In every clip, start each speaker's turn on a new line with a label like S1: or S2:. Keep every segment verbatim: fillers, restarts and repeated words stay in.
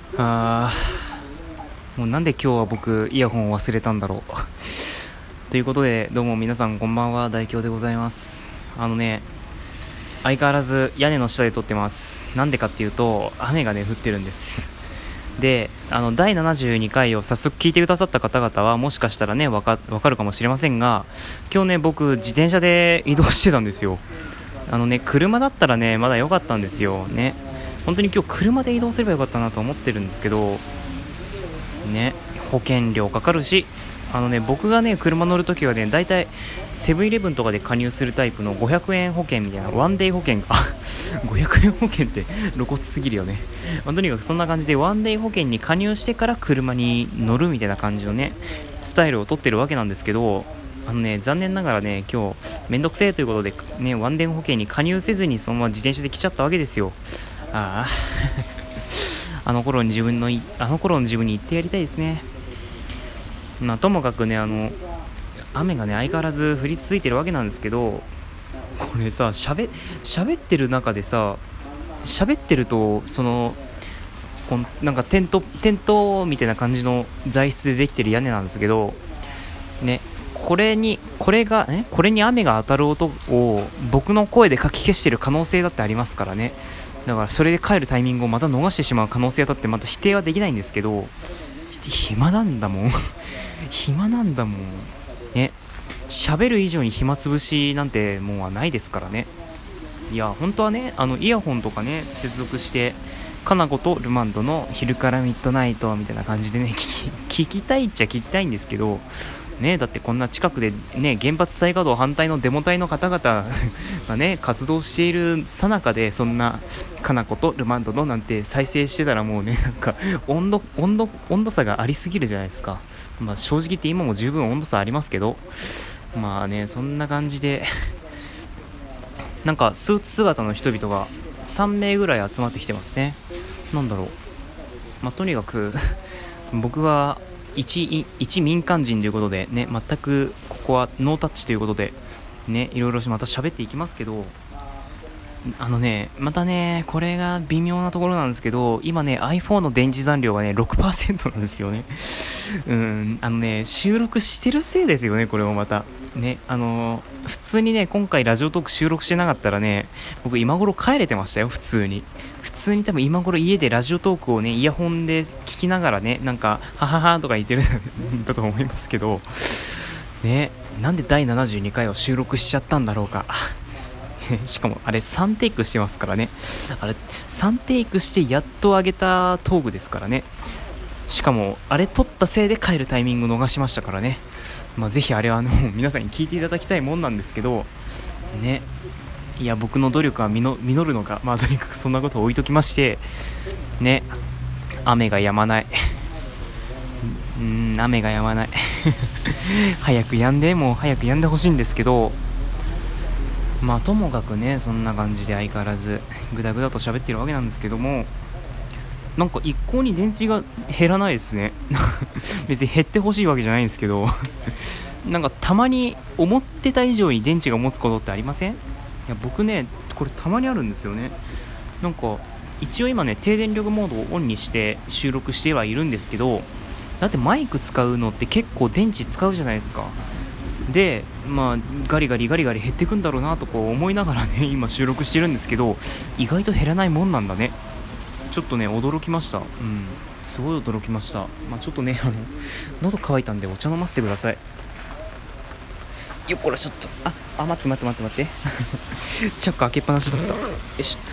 S1: あーもうなんで今日は僕イヤホンを忘れたんだろうということで、どうも皆さんこんばんは、大京でございます。あのね、相変わらず屋根の下で撮ってます。なんでかっていうと、雨がね降ってるんですで、あのだいななじゅうにかいを早速聞いてくださった方々はもしかしたらねわか、わかるかもしれませんが、今日ね僕自転車で移動してたんですよ。あのね車だったらねまだ良かったんですよね。本当に今日車で移動すればよかったなと思ってるんですけどね、保険料かかるし、あのね僕がね車乗るときはね、だいたいセブンイレブンとかで加入するタイプのごひゃくえん保険みたいな、ワンデイ保険かごひゃくえん保険って露骨すぎるよね。まあ、とにかくそんな感じでワンデイ保険に加入してから車に乗るみたいな感じのねスタイルをとってるわけなんですけど、あのね残念ながらね今日めんどくせえということでね、ワンデイ保険に加入せずにそのまま自転車で来ちゃったわけですよ。あああの頃に自分のいあの頃の自分に言ってやりたいですね。まあともかくね、あの雨がね相変わらず降り続いてるわけなんですけど、これさ、しゃべ喋ってる中でさ、喋ってるとそのこんなんかテントテントみたいな感じの材質でできてる屋根なんですけどね、これにこれがえこれに雨が当たる音を僕の声でかき消してる可能性だってありますからね。だからそれで帰るタイミングをまた逃してしまう可能性だってまた否定はできないんですけど、暇なんだもん暇なんだもんね。喋る以上に暇つぶしなんてもんはないですからね。いや本当はね、あのイヤホンとかね接続してかなことルマンドの昼からミッドナイトみたいな感じでね聞き、聞きたいっちゃ聞きたいんですけどね、だってこんな近くでね原発再稼働反対のデモ隊の方々がね活動しているさなかで、そんなかなことルマンドのなんて再生してたらもうね、なんか温度温度温度差がありすぎるじゃないですか。まあ正直言って今も十分温度差ありますけど、まあねそんな感じでなんかスーツ姿の人々がさんめいぐらい集まってきてますね。なんだろう、まあとにかく僕は一, 一民間人ということでね、全くここはノータッチということでね、いろいろまた喋っていきますけど、あのねまたねこれが微妙なところなんですけど、今ね iPhone の電池残量がね ろくパーセント なんですよね。うんあのね収録してるせいですよね、これもまたね。あのー、普通にね今回ラジオトーク収録してなかったらね、僕今頃帰れてましたよ。普通に普通に多分今頃家でラジオトークをねイヤホンで聞きながらね、なんかはははとか言ってるんだと思いますけどね、なんでだいななじゅうにかいを収録しちゃったんだろうかしかもあれさんテイクしてますからね。あれさんテイクしてやっと上げたトークですからね。しかもあれ撮ったせいで帰るタイミング逃しましたからね。まあ、ぜひあれはあの皆さんに聞いていただきたいもんなんですけどね。いや僕の努力は実るのか、まあとにかくそんなことを置いときましてね、雨が止まない。うーん雨が止まない早く止んで、もう早く止んでほしいんですけど、まあともかくねそんな感じで相変わらずグダグダと喋ってるわけなんですけども、なんか一向に電池が減らないですね別に減ってほしいわけじゃないんですけどなんかたまに思ってた以上に電池が持つことってありません？いや僕ねこれたまにあるんですよね。なんか一応今ね低電力モードをオンにして収録してはいるんですけど、だってマイク使うのって結構電池使うじゃないですか。でまあガリガリガリガリ減ってくんだろうなとこう思いながらね今収録してるんですけど、意外と減らないもんなんだね。ちょっとね驚きました。うんすごい驚きました。まあちょっとねあの喉乾いたんでお茶飲ませてください。よっこらちょっとああ待って待って待って待ってチャック開けっぱなしだった。よしっとよ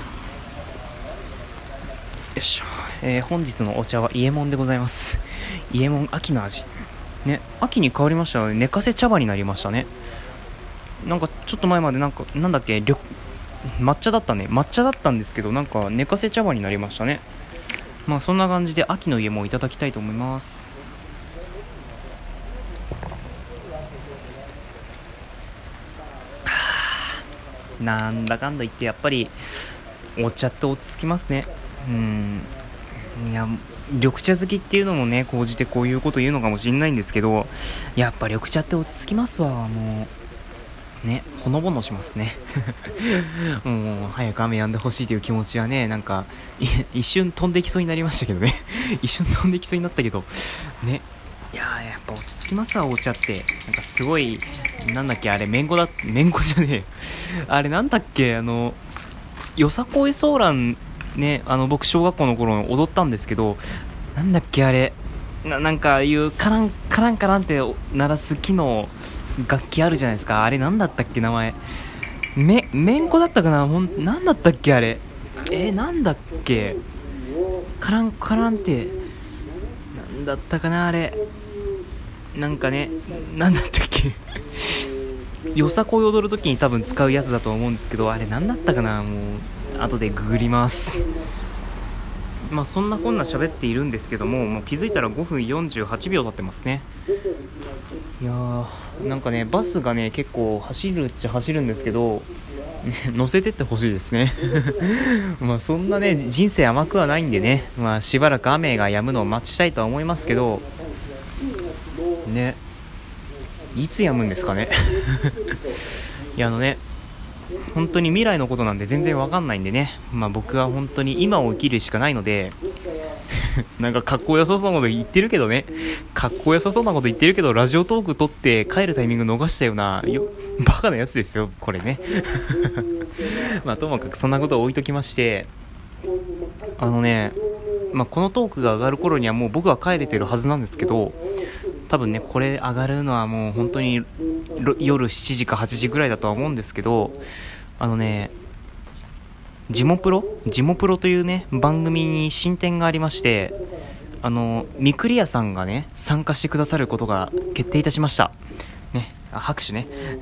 S1: いしょ、えー、本日のお茶は伊右衛門でございます。伊右衛門秋の味ね、秋に変わりましたね。寝かせ茶葉になりましたね。なんかちょっと前までなんかなんだっけ抹茶だったね抹茶だったんですけど、なんか寝かせ茶葉になりましたね。まあそんな感じで秋の家もいただきたいと思います。なんだかんだ言ってやっぱりお茶って落ち着きますね。うんいや緑茶好きっていうのもねこうじてこういうこと言うのかもしれないんですけど、やっぱ緑茶って落ち着きますわ。もね、ほのぼのしますねもう早く雨止んでほしいという気持ちはね、なんか一瞬飛んできそうになりましたけどね一瞬飛んできそうになったけどね。いやー、やっぱ落ち着きますわ、お茶って。なんかすごい、なんだっけあれ、めんこだ、めんこじゃねえあれなんだっけ、あのよさこいソーランね、あの僕小学校の頃踊ったんですけど、なんだっけあれな、なんかいうカランカランカランって鳴らす機能楽器あるじゃないですか。あれなんだったっけ名前、めめんこだったかな、ほんなんだったっけあれ、えー、なんだっけ、カランカランってなんだったかなあれ、なんかね、なんだったっけよさこい踊るときに多分使うやつだと思うんですけど、あれなんだったかな、もう後でググります。まあそんなこんな喋っているんですけども、もう気づいたらごふんよんじゅうはちびょう経ってますね。いやー、なんかね、バスがね結構走るっちゃ走るんですけど、ね、乗せてってほしいですねまあそんなね人生甘くはないんでね、まあしばらく雨が止むのを待ちたいとは思いますけどね、いつ止むんですかねいやあのね、本当に未来のことなんで全然わかんないんでね、まあ僕は本当に今を生きるしかないのでなんかかっこよさそうなこと言ってるけどね、かっこよさそうなこと言ってるけど、ラジオトーク撮って帰るタイミング逃したようなよバカなやつですよこれねまあともかくそんなことを置いときまして、あのね、まあ、このトークが上がる頃にはもう僕は帰れてるはずなんですけど、多分ねこれ上がるのはもう本当に夜しちじかはちじぐらいだとは思うんですけど、あのねジモプロジモプロというね番組に進展がありまして、あのミクリアさんがね参加してくださることが決定いたしましたね。あ、拍手ね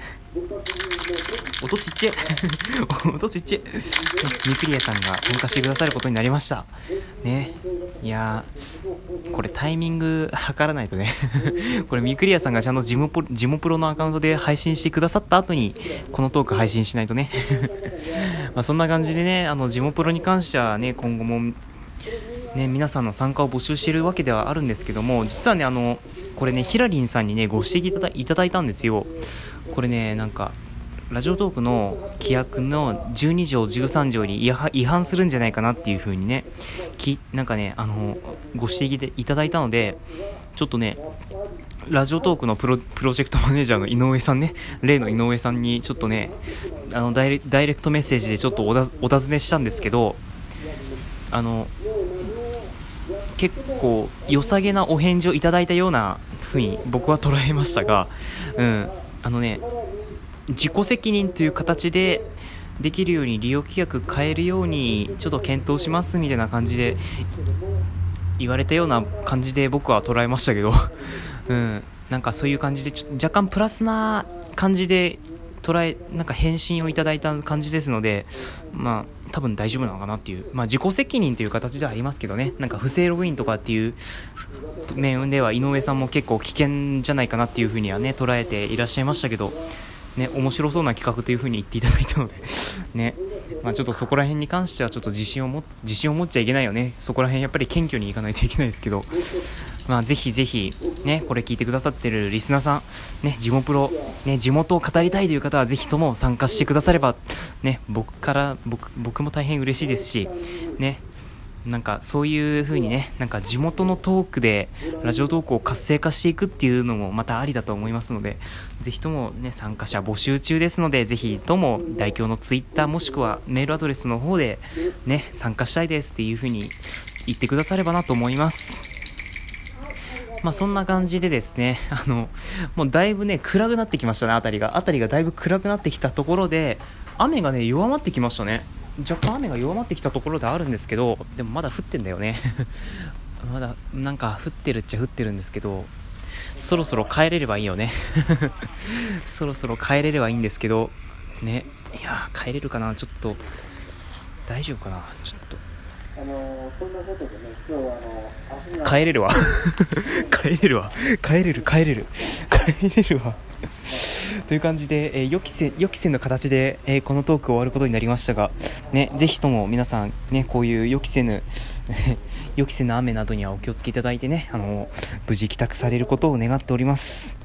S1: 音ちっちゃい音ちっちゃいミクリアさんが参加してくださることになりましたね。いやー、これタイミング測らないとねこれミクリアさんがちゃんとジモプロ、ジモプロのアカウントで配信してくださった後にこのトーク配信しないとねまあそんな感じでね、あのジモプロに関してはね今後もね皆さんの参加を募集しているわけではあるんですけども、実はねあのこれねヒラリンさんにねご指摘いただいただいたんですよ。これねなんかラジオトークの規約のじゅうにじょうじゅうさんじょうに違反するんじゃないかなっていう風にねきなんかねあのご指摘でいただいたので、ちょっとねラジオトークのプロ、プロジェクトマネージャーの井上さんね、例の井上さんにちょっとねあのダイレ、ダイレクトメッセージでちょっとおだお尋ねしたんですけど、あの結構良さげなお返事をいただいたような風に僕は捉えましたが、うんあのね自己責任という形でできるように利用規約変えるようにちょっと検討しますみたいな感じで言われたような感じで僕は捉えましたけどうん、なんかそういう感じでちょ若干プラスな感じで捉えなんか返信をいただいた感じですので、まあ多分大丈夫なのかなっていう、まあ自己責任という形ではありますけどね、なんか不正ログインとかっていう面では井上さんも結構危険じゃないかなっていう風にはね捉えていらっしゃいましたけどね、面白そうな企画という風に言っていただいたのでね、まあ、ちょっとそこら辺に関してはちょっと自信をも自信を持っちゃいけないよね。そこら辺やっぱり謙虚にいかないといけないですけど、まあぜひぜひねこれ聞いてくださってるリスナーさんね、ジモプロね地元を語りたいという方はぜひとも参加してくださればね、僕から僕僕も大変嬉しいですしね、なんかそういう風にねなんか地元のトークでラジオトークを活性化していくっていうのもまたありだと思いますので、ぜひともね参加者募集中ですので、ぜひとも代表のツイッターもしくはメールアドレスの方でね参加したいですっていう風に言ってくださればなと思います。まあそんな感じでですね、あのもうだいぶね暗くなってきましたね。あたりがあたりがだいぶ暗くなってきたところで雨がね弱まってきましたね。若干雨が弱まってきたところであるんですけど、でもまだ降ってんだよねまだなんか降ってるっちゃ降ってるんですけど、そろそろ帰れればいいよねそろそろ帰れればいいんですけどね。いや帰れるかな、ちょっと大丈夫かな、ちょっとあのー、そんなことでね今日あの帰れるわ帰れるわ帰れる帰れる帰れるわという感じで、えー、予期せ予期せぬ形で、えー、このトークを終わることになりましたが、ね、ぜひとも皆さん、ね、こういう予期せぬ予期せぬ雨などにはお気をつけいただいてね、あのー、無事帰宅されることを願っております。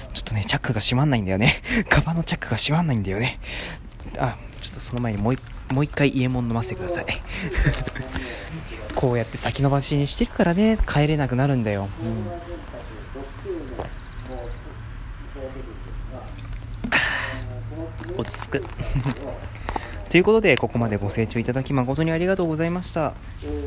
S1: ちょっとねチャックが閉まんないんだよねカバンのチャックが閉まんないんだよね。あ、ちょっとその前にもう一もう一回伊右衛門飲ませてくださいこうやって先延ばしにしてるからね帰れなくなるんだよ、うん、落ち着くということで、ここまでご清聴いただき誠にありがとうございました。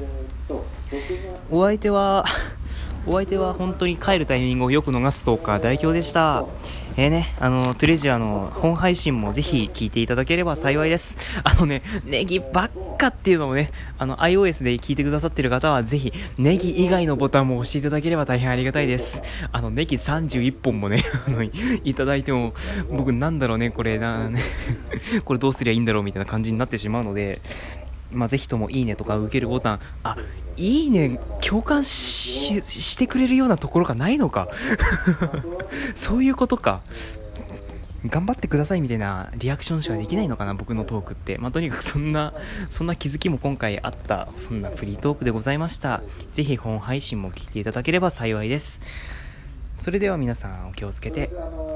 S1: お相手はお相手は本当に帰るタイミングをよく逃すトーカー代表でした。えーね、あのトゥレジュアの本配信もぜひ聞いていただければ幸いです。あのね、ネギばっかっていうのもね、あの iOS で聞いてくださっている方はぜひネギ以外のボタンも押していただければ大変ありがたいです。あのネギさんじゅういっぽんもねあのいただいても僕なんだろうねこれなこれどうすりゃいいんだろうみたいな感じになってしまうので、まあ、ぜひともいいねとか受けるボタン、あ、いいね共感 し, してくれるようなところがないのかそういうことか、頑張ってくださいみたいなリアクションしかできないのかな僕のトークって。まあ、とにかくそんなそんな気づきも今回あったそんなフリートークでございました。ぜひ本配信も聞いていただければ幸いです。それでは皆さんお気をつけて。